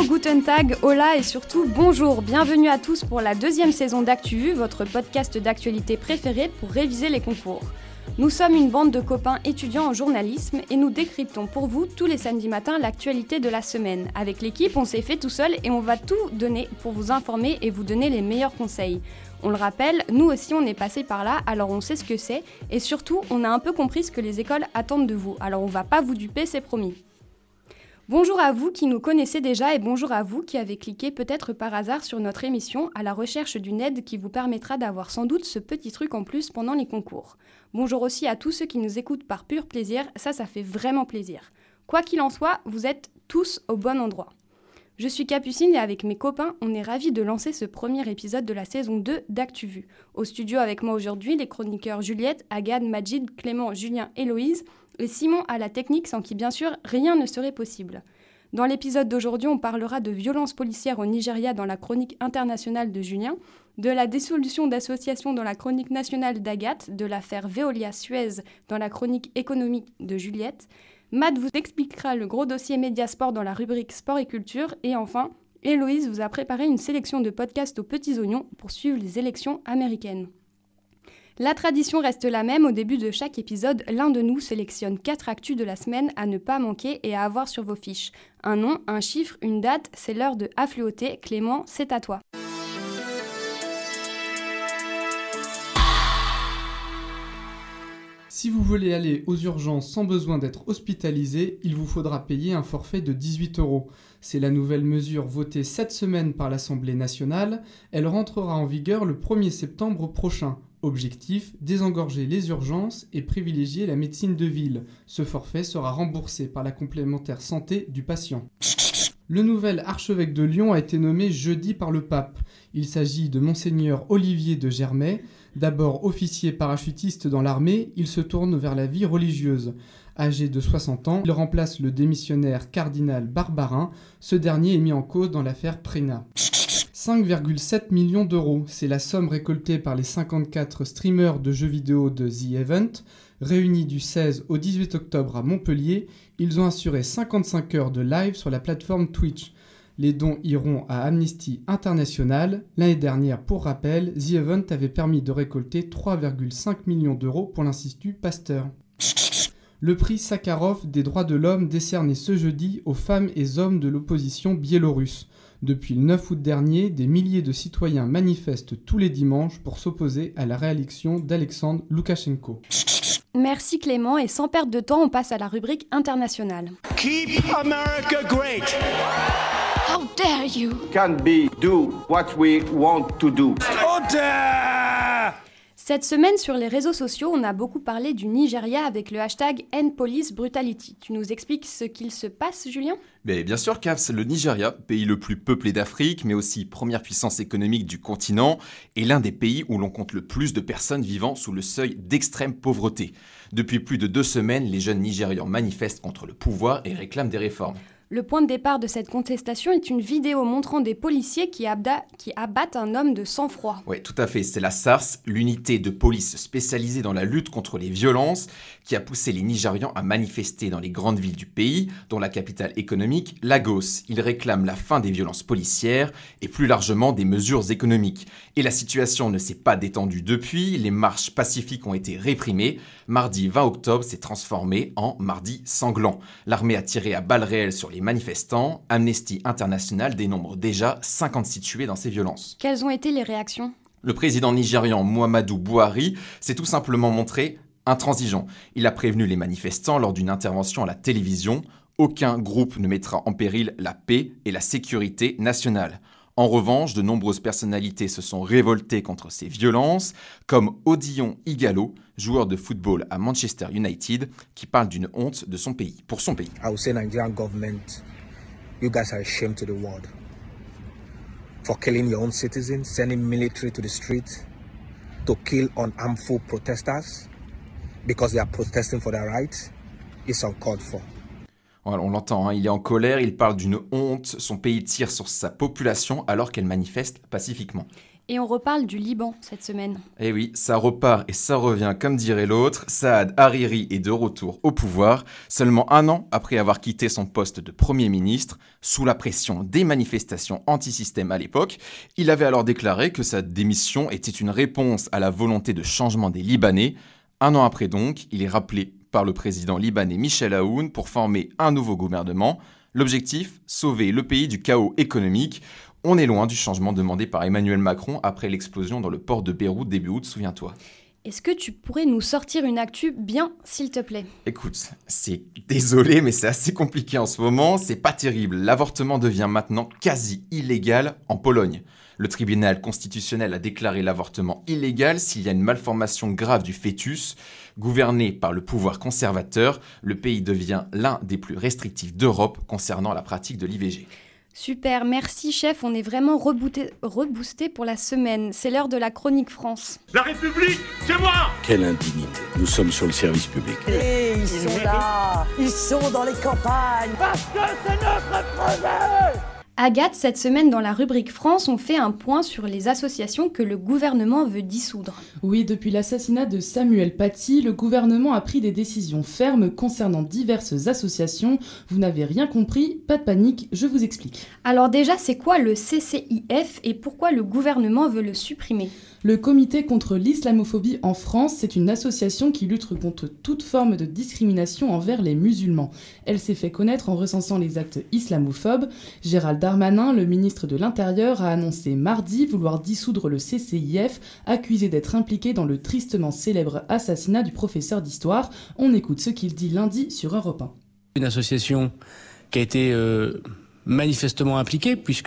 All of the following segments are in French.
Guten Tag, hola et surtout bonjour. Bienvenue à tous pour la deuxième saison d'ActuVu, votre podcast d'actualité préféré pour réviser les concours. Nous sommes une bande de copains étudiants en journalisme et nous décryptons pour vous tous les samedis matins l'actualité de la semaine. Avec l'équipe, on s'est fait tout seul et on va tout donner pour vous informer et vous donner les meilleurs conseils. On le rappelle, nous aussi on est passé par là, alors on sait ce que c'est et surtout on a un peu compris ce que les écoles attendent de vous. Alors on va pas vous duper, c'est promis. Bonjour à vous qui nous connaissez déjà et bonjour à vous qui avez cliqué peut-être par hasard sur notre émission à la recherche d'une aide qui vous permettra d'avoir sans doute ce petit truc en plus pendant les concours. Bonjour aussi à tous ceux qui nous écoutent par pur plaisir, ça fait vraiment plaisir. Quoi qu'il en soit, vous êtes tous au bon endroit. Je suis Capucine et avec mes copains, on est ravis de lancer ce premier épisode de la saison 2 d'ActuVu. Au studio avec moi aujourd'hui, les chroniqueurs Juliette, Agathe, Majid, Clément, Julien, Héloïse et Simon à la technique sans qui bien sûr rien ne serait possible. Dans l'épisode d'aujourd'hui, on parlera de violences policières au Nigeria dans la chronique internationale de Julien, de la dissolution d'associations dans la chronique nationale d'Agathe, de l'affaire Veolia-Suez dans la chronique économique de Juliette. Matt vous expliquera le gros dossier Médiasport dans la rubrique Sport et Culture. Et enfin, Héloïse vous a préparé une sélection de podcasts aux petits oignons pour suivre les élections américaines. La tradition reste la même, au début de chaque épisode, l'un de nous sélectionne 4 actus de la semaine à ne pas manquer et à avoir sur vos fiches. Un nom, un chiffre, une date, c'est l'heure de affluoter. Clément, c'est à toi. Si vous voulez aller aux urgences sans besoin d'être hospitalisé, il vous faudra payer un forfait de 18 €. C'est la nouvelle mesure votée cette semaine par l'Assemblée nationale. Elle rentrera en vigueur le 1er septembre prochain. Objectif, désengorger les urgences et privilégier la médecine de ville. Ce forfait sera remboursé par la complémentaire santé du patient. Le nouvel archevêque de Lyon a été nommé jeudi par le pape. Il s'agit de Monseigneur Olivier de Germay. D'abord officier parachutiste dans l'armée, il se tourne vers la vie religieuse. Âgé de 60 ans, il remplace le démissionnaire cardinal Barbarin. Ce dernier est mis en cause dans l'affaire Prénat. 5,7 millions d'euros, c'est la somme récoltée par les 54 streamers de jeux vidéo de The Event. Réunis du 16 au 18 octobre à Montpellier, ils ont assuré 55 heures de live sur la plateforme Twitch. Les dons iront à Amnesty International. L'année dernière, pour rappel, The Event avait permis de récolter 3,5 millions d'euros pour l'Institut Pasteur. Le prix Sakharov des droits de l'homme décerné ce jeudi aux femmes et hommes de l'opposition biélorusse. Depuis le 9 août dernier, des milliers de citoyens manifestent tous les dimanches pour s'opposer à la réélection d'Alexandre Loukachenko. Merci Clément et sans perdre de temps, on passe à la rubrique internationale. Keep America great. How dare you? Can be do what we want to do. Order! Cette semaine, sur les réseaux sociaux, on a beaucoup parlé du Nigeria avec le hashtag #EndPoliceBrutality. Tu nous expliques ce qu'il se passe, Julien ? Bien sûr, Caps, le Nigeria, pays le plus peuplé d'Afrique, mais aussi première puissance économique du continent, est l'un des pays où l'on compte le plus de personnes vivant sous le seuil d'extrême pauvreté. Depuis plus de 2 semaines, les jeunes Nigérians manifestent contre le pouvoir et réclament des réformes. Le point de départ de cette contestation est une vidéo montrant des policiers qui abattent un homme de sang-froid. Oui, tout à fait. C'est la SARS, l'unité de police spécialisée dans la lutte contre les violences, qui a poussé les Nigérians à manifester dans les grandes villes du pays, dont la capitale économique, Lagos. Ils réclament la fin des violences policières et plus largement des mesures économiques. Et la situation ne s'est pas détendue depuis. Les marches pacifiques ont été réprimées. Mardi 20 octobre s'est transformé en mardi sanglant. L'armée a tiré à balles réelles sur les manifestants. Amnesty International dénombre déjà 56 tués dans ces violences. Quelles ont été les réactions ? Le président nigérian Muhammadu Buhari s'est tout simplement montré intransigeant. Il a prévenu les manifestants lors d'une intervention à la télévision. Aucun groupe ne mettra en péril la paix et la sécurité nationale. En revanche, de nombreuses personnalités se sont révoltées contre ces violences, comme Odion Ighalo, joueur de football à Manchester United, qui parle d'une honte de son pays, pour son pays. I would say Nigerian government, you guys are a shame to the world. For killing your own citizens, sending military to the street to kill unarmful protesters because they are protesting for their rights is uncalled for. Voilà, on l'entend, il est en colère, il parle d'une honte, son pays tire sur sa population alors qu'elle manifeste pacifiquement. Et on reparle du Liban cette semaine. Eh oui, ça repart et ça revient comme dirait l'autre. Saad Hariri est de retour au pouvoir, seulement 1 an après avoir quitté son poste de Premier ministre. Sous la pression des manifestations anti-système à l'époque, il avait alors déclaré que sa démission était une réponse à la volonté de changement des Libanais. 1 an après donc, il est rappelé par le président libanais Michel Aoun pour former un nouveau gouvernement. L'objectif, sauver le pays du chaos économique. On est loin du changement demandé par Emmanuel Macron après l'explosion dans le port de Beyrouth début août, souviens-toi. Est-ce que tu pourrais nous sortir une actu bien, s'il te plaît ? Écoute, c'est désolé, mais c'est assez compliqué en ce moment, c'est pas terrible. L'avortement devient maintenant quasi illégal en Pologne. Le tribunal constitutionnel a déclaré l'avortement illégal s'il y a une malformation grave du fœtus. Gouverné par le pouvoir conservateur, le pays devient l'un des plus restrictifs d'Europe concernant la pratique de l'IVG. Super, merci chef, on est vraiment reboosté pour la semaine. C'est l'heure de la chronique France. La République, c'est moi! Quelle indignité. Nous sommes sur le service public. Et ils sont là, ils sont dans les campagnes. Parce que c'est notre projet! Agathe, cette semaine dans la rubrique France, on fait un point sur les associations que le gouvernement veut dissoudre. Oui, depuis l'assassinat de Samuel Paty, le gouvernement a pris des décisions fermes concernant diverses associations. Vous n'avez rien compris, pas de panique, je vous explique. Alors déjà, c'est quoi le CCIF et pourquoi le gouvernement veut le supprimer ? Le Comité contre l'islamophobie en France, c'est une association qui lutte contre toute forme de discrimination envers les musulmans. Elle s'est fait connaître en recensant les actes islamophobes. Gérald Darmanin, le ministre de l'Intérieur, a annoncé mardi vouloir dissoudre le CCIF, accusé d'être impliqué dans le tristement célèbre assassinat du professeur d'histoire. On écoute ce qu'il dit lundi sur Europe 1. Une association qui a été manifestement impliqué, puisque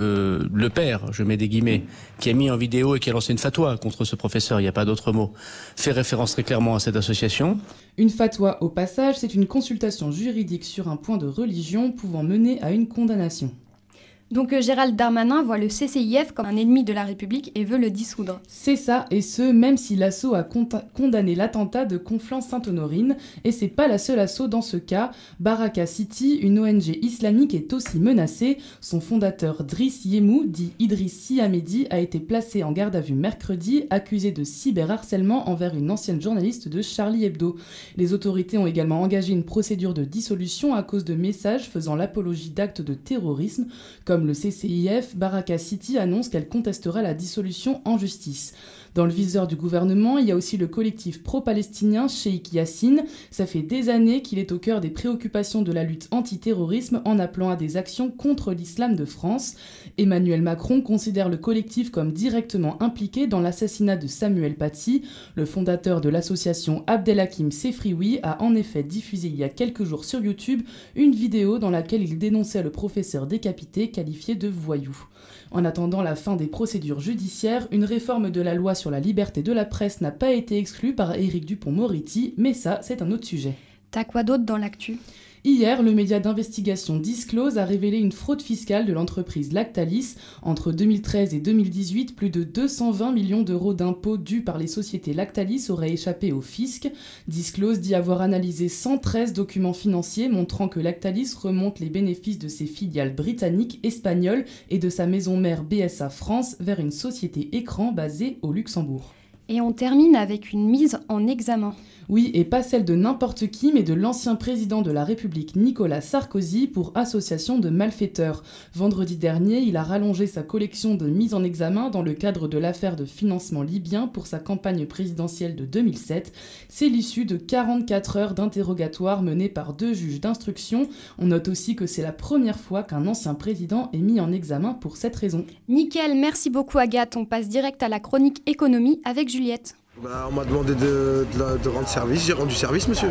le père, je mets des guillemets, qui a mis en vidéo et qui a lancé une fatwa contre ce professeur, il n'y a pas d'autre mot, fait référence très clairement à cette association. Une fatwa, au passage, c'est une consultation juridique sur un point de religion pouvant mener à une condamnation. Donc Gérald Darmanin voit le CCIF comme un ennemi de la République et veut le dissoudre. C'est ça, et ce, même si l'assaut a condamné l'attentat de Conflans-Sainte-Honorine. Et c'est pas la seule assaut dans ce cas. Baraka City, une ONG islamique, est aussi menacée. Son fondateur Driss Yemou, dit Idriss Sy Ahmedi, a été placé en garde à vue mercredi, accusé de cyberharcèlement envers une ancienne journaliste de Charlie Hebdo. Les autorités ont également engagé une procédure de dissolution à cause de messages faisant l'apologie d'actes de terrorisme. Comme le CCIF, Baraka City annonce qu'elle contestera la dissolution en justice. Dans le viseur du gouvernement, il y a aussi le collectif pro-palestinien Cheikh Yassine. Ça fait des années qu'il est au cœur des préoccupations de la lutte antiterrorisme en appelant à des actions contre l'islam de France. Emmanuel Macron considère le collectif comme directement impliqué dans l'assassinat de Samuel Paty. Le fondateur de l'association Abdelhakim Sefrioui a en effet diffusé il y a quelques jours sur YouTube une vidéo dans laquelle il dénonçait le professeur décapité qualifié de voyou. En attendant la fin des procédures judiciaires, une réforme de la loi sur la liberté de la presse n'a pas été exclue par Éric Dupond-Moretti, mais ça, c'est un autre sujet. T'as quoi d'autre dans l'actu ? Hier, le média d'investigation Disclose a révélé une fraude fiscale de l'entreprise Lactalis. Entre 2013 et 2018, plus de 220 millions d'euros d'impôts dus par les sociétés Lactalis auraient échappé au fisc. Disclose dit avoir analysé 113 documents financiers montrant que Lactalis remonte les bénéfices de ses filiales britanniques, espagnoles et de sa maison mère BSA France vers une société écran basée au Luxembourg. Et on termine avec une mise en examen. Oui, et pas celle de n'importe qui, mais de l'ancien président de la République Nicolas Sarkozy pour association de malfaiteurs. Vendredi dernier, il a rallongé sa collection de mises en examen dans le cadre de l'affaire de financement libyen pour sa campagne présidentielle de 2007. C'est l'issue de 44 heures d'interrogatoire menées par 2 juges d'instruction. On note aussi que c'est la première fois qu'un ancien président est mis en examen pour cette raison. Nickel, merci beaucoup Agathe. On passe direct à la chronique économie avec Juliette. On m'a demandé de rendre service, j'ai rendu service, monsieur.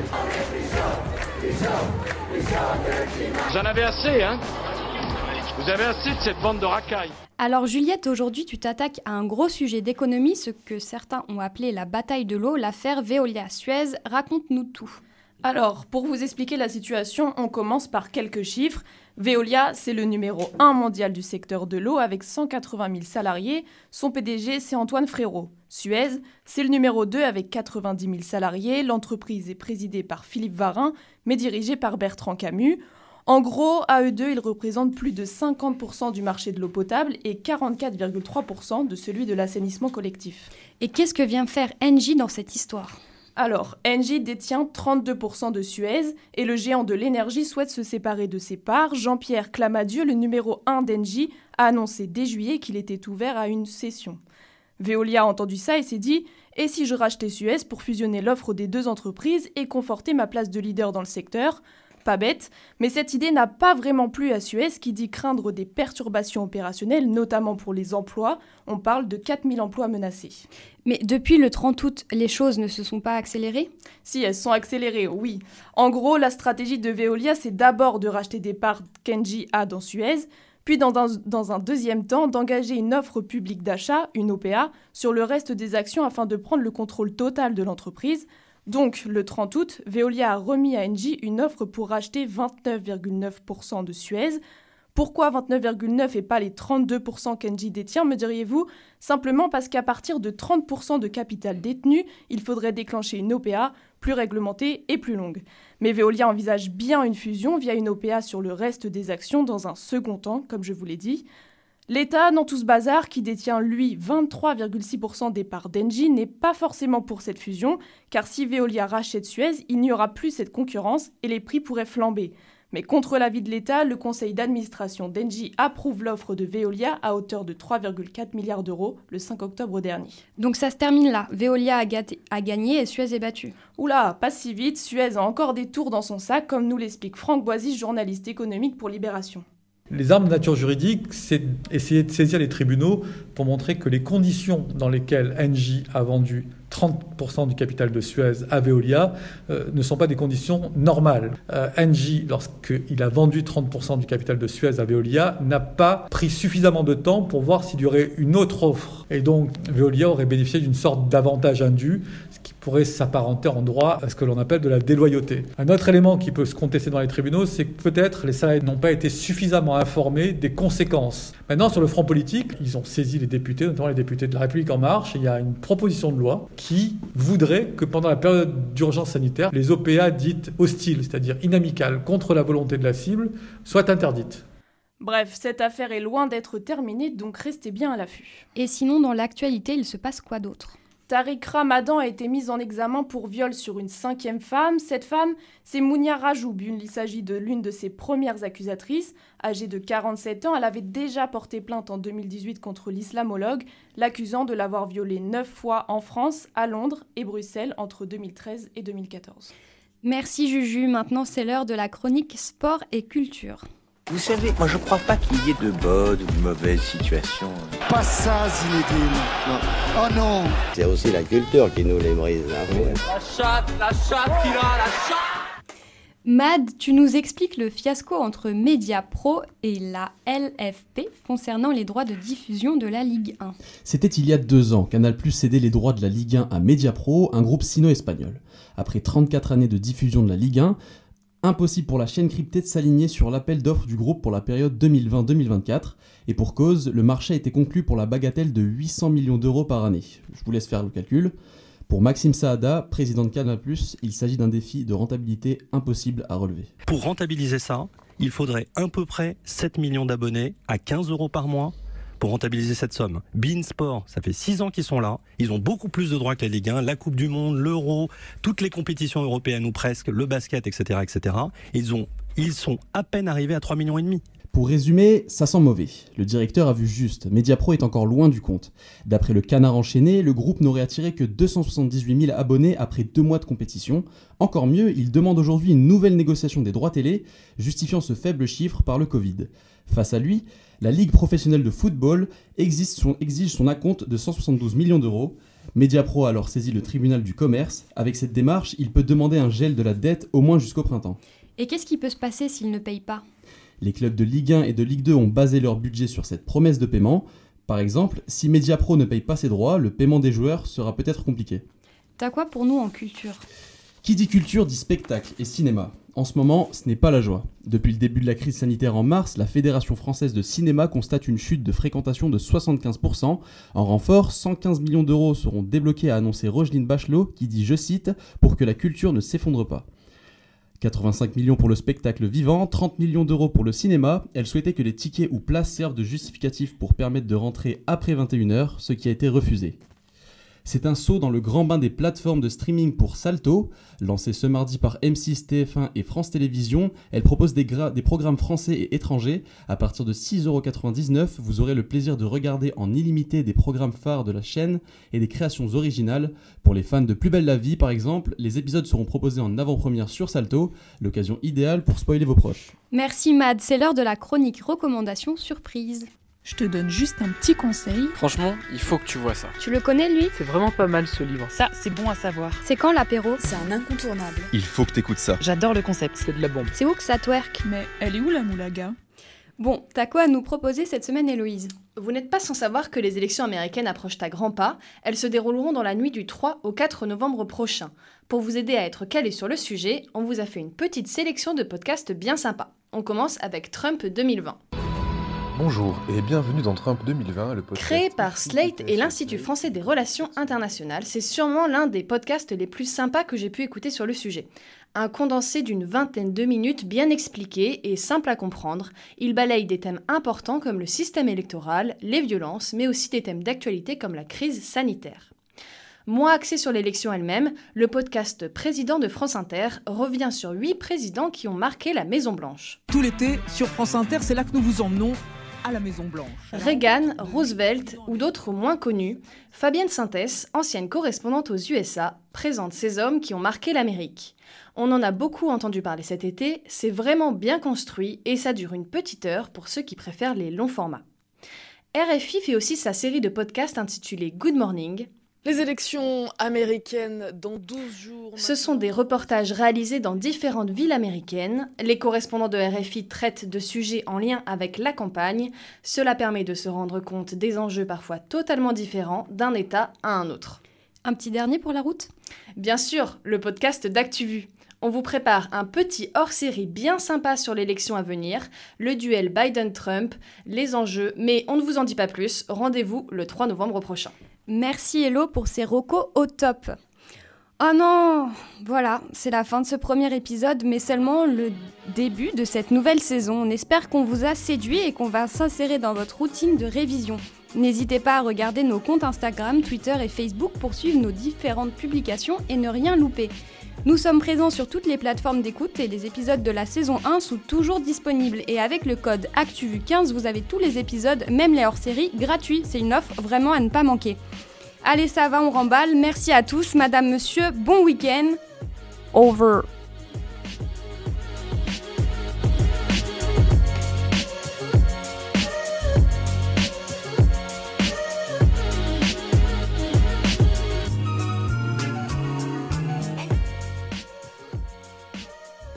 Vous en avez assez, hein? Vous avez assez de cette bande de racailles. Alors Juliette, aujourd'hui tu t'attaques à un gros sujet d'économie, ce que certains ont appelé la bataille de l'eau, l'affaire Veolia-Suez. Raconte-nous tout. Alors, pour vous expliquer la situation, on commence par quelques chiffres. Veolia, c'est le numéro 1 mondial du secteur de l'eau avec 180 000 salariés. Son PDG, c'est Antoine Frérot. Suez, c'est le numéro 2 avec 90 000 salariés. L'entreprise est présidée par Philippe Varin, mais dirigée par Bertrand Camus. En gros, à eux deux, ils représentent plus de 50% du marché de l'eau potable et 44,3% de celui de l'assainissement collectif. Et qu'est-ce que vient faire Engie dans cette histoire ? Alors, Engie détient 32% de Suez et le géant de l'énergie souhaite se séparer de ses parts. Jean-Pierre Clamadieu, le numéro 1 d'Engie, a annoncé dès juillet qu'il était ouvert à une cession. Veolia a entendu ça et s'est dit « Et si je rachetais Suez pour fusionner l'offre des deux entreprises et conforter ma place de leader dans le secteur ?» Pas bête, mais cette idée n'a pas vraiment plu à Suez qui dit craindre des perturbations opérationnelles, notamment pour les emplois. On parle de 4000 emplois menacés. Mais depuis le 30 août, les choses ne se sont pas accélérées ? Si, elles sont accélérées, oui. En gros, la stratégie de Veolia, c'est d'abord de racheter des parts qu'Engie a dans Suez, puis dans un deuxième temps, d'engager une offre publique d'achat, une OPA, sur le reste des actions afin de prendre le contrôle total de l'entreprise. Donc, le 30 août, Veolia a remis à Engie une offre pour racheter 29,9% de Suez. Pourquoi 29,9% et pas les 32% qu'Engie détient, me diriez-vous ? Simplement parce qu'à partir de 30% de capital détenu, il faudrait déclencher une OPA plus réglementée et plus longue. Mais Veolia envisage bien une fusion via une OPA sur le reste des actions dans un second temps, comme je vous l'ai dit. L'État, dans tout ce bazar, qui détient, lui, 23,6% des parts d'Engie, n'est pas forcément pour cette fusion, car si Veolia rachète Suez, il n'y aura plus cette concurrence et les prix pourraient flamber. Mais contre l'avis de l'État, le conseil d'administration d'Engie approuve l'offre de Veolia à hauteur de 3,4 milliards d'euros le 5 octobre dernier. Donc ça se termine là, Veolia a gagné et Suez est battu. Oula, pas si vite, Suez a encore des tours dans son sac, comme nous l'explique Franck Boisy, journaliste économique pour Libération. Les armes de nature juridique, c'est essayer de saisir les tribunaux pour montrer que les conditions dans lesquelles Engie a vendu 30% du capital de Suez à Veolia ne sont pas des conditions normales. Engie, lorsqu'il a vendu 30% du capital de Suez à Veolia, n'a pas pris suffisamment de temps pour voir s'il y aurait une autre offre. Et donc, Veolia aurait bénéficié d'une sorte d'avantage indu, ce qui pourrait s'apparenter en droit à ce que l'on appelle de la déloyauté. Un autre élément qui peut se contester dans les tribunaux, c'est que peut-être les salariés n'ont pas été suffisamment informés des conséquences. Maintenant, sur le front politique, ils ont saisi les députés, notamment les députés de La République En Marche, et il y a une proposition de loi qui voudrait que pendant la période d'urgence sanitaire, les OPA dites hostiles, c'est-à-dire inamicales, contre la volonté de la cible, soient interdites. Bref, cette affaire est loin d'être terminée, donc restez bien à l'affût. Et sinon, dans l'actualité, il se passe quoi d'autre ? Tariq Ramadan a été mise en examen pour viol sur une 5e femme. Cette femme, c'est Mounia Rajoub. Il s'agit de l'une de ses premières accusatrices. Âgée de 47 ans, elle avait déjà porté plainte en 2018 contre l'islamologue, l'accusant de l'avoir violée 9 fois en France, à Londres et Bruxelles entre 2013 et 2014. Merci Juju. Maintenant, c'est l'heure de la chronique sport et culture. Vous savez, moi je crois pas qu'il y ait de bonnes ou de mauvaises situations. Pas ça, Zinedine. Non. Oh non. C'est aussi la culture qui nous les brise. Hein. La chatte qui a la chatte. Mad, tu nous expliques le fiasco entre Mediapro et la LFP concernant les droits de diffusion de la Ligue 1. C'était il y a 2 ans. Canal+ cédait les droits de la Ligue 1 à Mediapro, un groupe sino-espagnol. Après 34 années de diffusion de la Ligue 1, impossible pour la chaîne cryptée de s'aligner sur l'appel d'offres du groupe pour la période 2020-2024. Et pour cause, le marché a été conclu pour la bagatelle de 800 millions d'euros par année. Je vous laisse faire le calcul. Pour Maxime Saada, président de Canal+, il s'agit d'un défi de rentabilité impossible à relever. Pour rentabiliser ça, il faudrait à peu près 7 millions d'abonnés à 15 € par mois pour rentabiliser cette somme. beIN Sport, ça fait 6 ans qu'ils sont là. Ils ont beaucoup plus de droits que la Ligue 1, la Coupe du Monde, l'Euro, toutes les compétitions européennes ou presque, le basket, etc. etc. Ils sont à peine arrivés à 3,5 millions. Pour résumer, ça sent mauvais. Le directeur a vu juste. Mediapro est encore loin du compte. D'après le Canard enchaîné, le groupe n'aurait attiré que 278 000 abonnés après 2 mois de compétition. Encore mieux, il demande aujourd'hui une nouvelle négociation des droits télé, justifiant ce faible chiffre par le Covid. Face à lui, la Ligue professionnelle de football exige son acompte de 172 millions d'euros. Mediapro a alors saisi le tribunal du commerce. Avec cette démarche, il peut demander un gel de la dette au moins jusqu'au printemps. Et qu'est-ce qui peut se passer s'il ne paye pas ? Les clubs de Ligue 1 et de Ligue 2 ont basé leur budget sur cette promesse de paiement. Par exemple, si Mediapro ne paye pas ses droits, le paiement des joueurs sera peut-être compliqué. T'as quoi pour nous en culture ? Qui dit culture dit spectacle et cinéma. En ce moment, ce n'est pas la joie. Depuis le début de la crise sanitaire en mars, la Fédération française de cinéma constate une chute de fréquentation de 75%. En renfort, 115 millions d'euros seront débloqués, a annoncé Roselyne Bachelot, qui dit, je cite, « pour que la culture ne s'effondre pas ». 85 millions pour le spectacle vivant, 30 millions d'euros pour le cinéma. Elle souhaitait que les tickets ou places servent de justificatif pour permettre de rentrer après 21h, ce qui a été refusé. C'est un saut dans le grand bain des plateformes de streaming pour Salto. Lancée ce mardi par M6, TF1 et France Télévisions, elle propose des programmes français et étrangers. À partir de 6,99€, vous aurez le plaisir de regarder en illimité des programmes phares de la chaîne et des créations originales. Pour les fans de Plus belle la vie par exemple, les épisodes seront proposés en avant-première sur Salto, l'occasion idéale pour spoiler vos proches. Merci Mad, c'est l'heure de la chronique recommandation surprise. Je te donne juste un petit conseil. Franchement, il faut que tu vois ça. Tu le connais lui ? C'est vraiment pas mal ce livre. Ça, c'est bon à savoir. C'est quand l'apéro ? C'est un incontournable. Il faut que t'écoutes ça. J'adore le concept. C'est de la bombe. C'est où que ça twerk ? Mais elle est où la moulaga ? Bon, t'as quoi à nous proposer cette semaine, Héloïse ? Vous n'êtes pas sans savoir que les élections américaines approchent à grands pas. Elles se dérouleront dans la nuit du 3 au 4 novembre prochain. Pour vous aider à être calé sur le sujet, on vous a fait une petite sélection de podcasts bien sympas. On commence avec Trump 2020. Bonjour et bienvenue dans Trump 2020, le podcast... Créé par Slate et l'Institut français des relations internationales, c'est sûrement l'un des podcasts les plus sympas que j'ai pu écouter sur le sujet. Un condensé d'une vingtaine de minutes bien expliqué et simple à comprendre, il balaye des thèmes importants comme le système électoral, les violences, mais aussi des thèmes d'actualité comme la crise sanitaire. Moins axé sur l'élection elle-même, le podcast Président de France Inter revient sur 8 présidents qui ont marqué la Maison-Blanche. Tout l'été, sur France Inter, c'est là que nous vous emmenons à la Maison-Blanche. Reagan, Roosevelt ou d'autres moins connus, Fabienne Sintès, ancienne correspondante aux USA, présente ces hommes qui ont marqué l'Amérique. On en a beaucoup entendu parler cet été, c'est vraiment bien construit et ça dure une petite heure pour ceux qui préfèrent les longs formats. RFI fait aussi sa série de podcasts intitulée Good Morning. Les élections américaines dans 12 jours... Ce sont des reportages réalisés dans différentes villes américaines. Les correspondants de RFI traitent de sujets en lien avec la campagne. Cela permet de se rendre compte des enjeux parfois totalement différents d'un État à un autre. Un petit dernier pour la route ? Bien sûr, le podcast d'ActuVu. On vous prépare un petit hors-série bien sympa sur l'élection à venir, le duel Biden-Trump, les enjeux, mais on ne vous en dit pas plus. Rendez-vous le 3 novembre prochain. Merci Hello pour ces recos au top. Oh non, voilà, c'est la fin de ce premier épisode, mais seulement le début de cette nouvelle saison. On espère qu'on vous a séduit et qu'on va s'insérer dans votre routine de révision. N'hésitez pas à regarder nos comptes Instagram, Twitter et Facebook pour suivre nos différentes publications et ne rien louper. Nous sommes présents sur toutes les plateformes d'écoute et les épisodes de la saison 1 sont toujours disponibles. Et avec le code ActuVu15, vous avez tous les épisodes, même les hors-séries, gratuits. C'est une offre vraiment à ne pas manquer. Allez, ça va, on remballe. Merci à tous, madame, monsieur. Bon week-end. Over.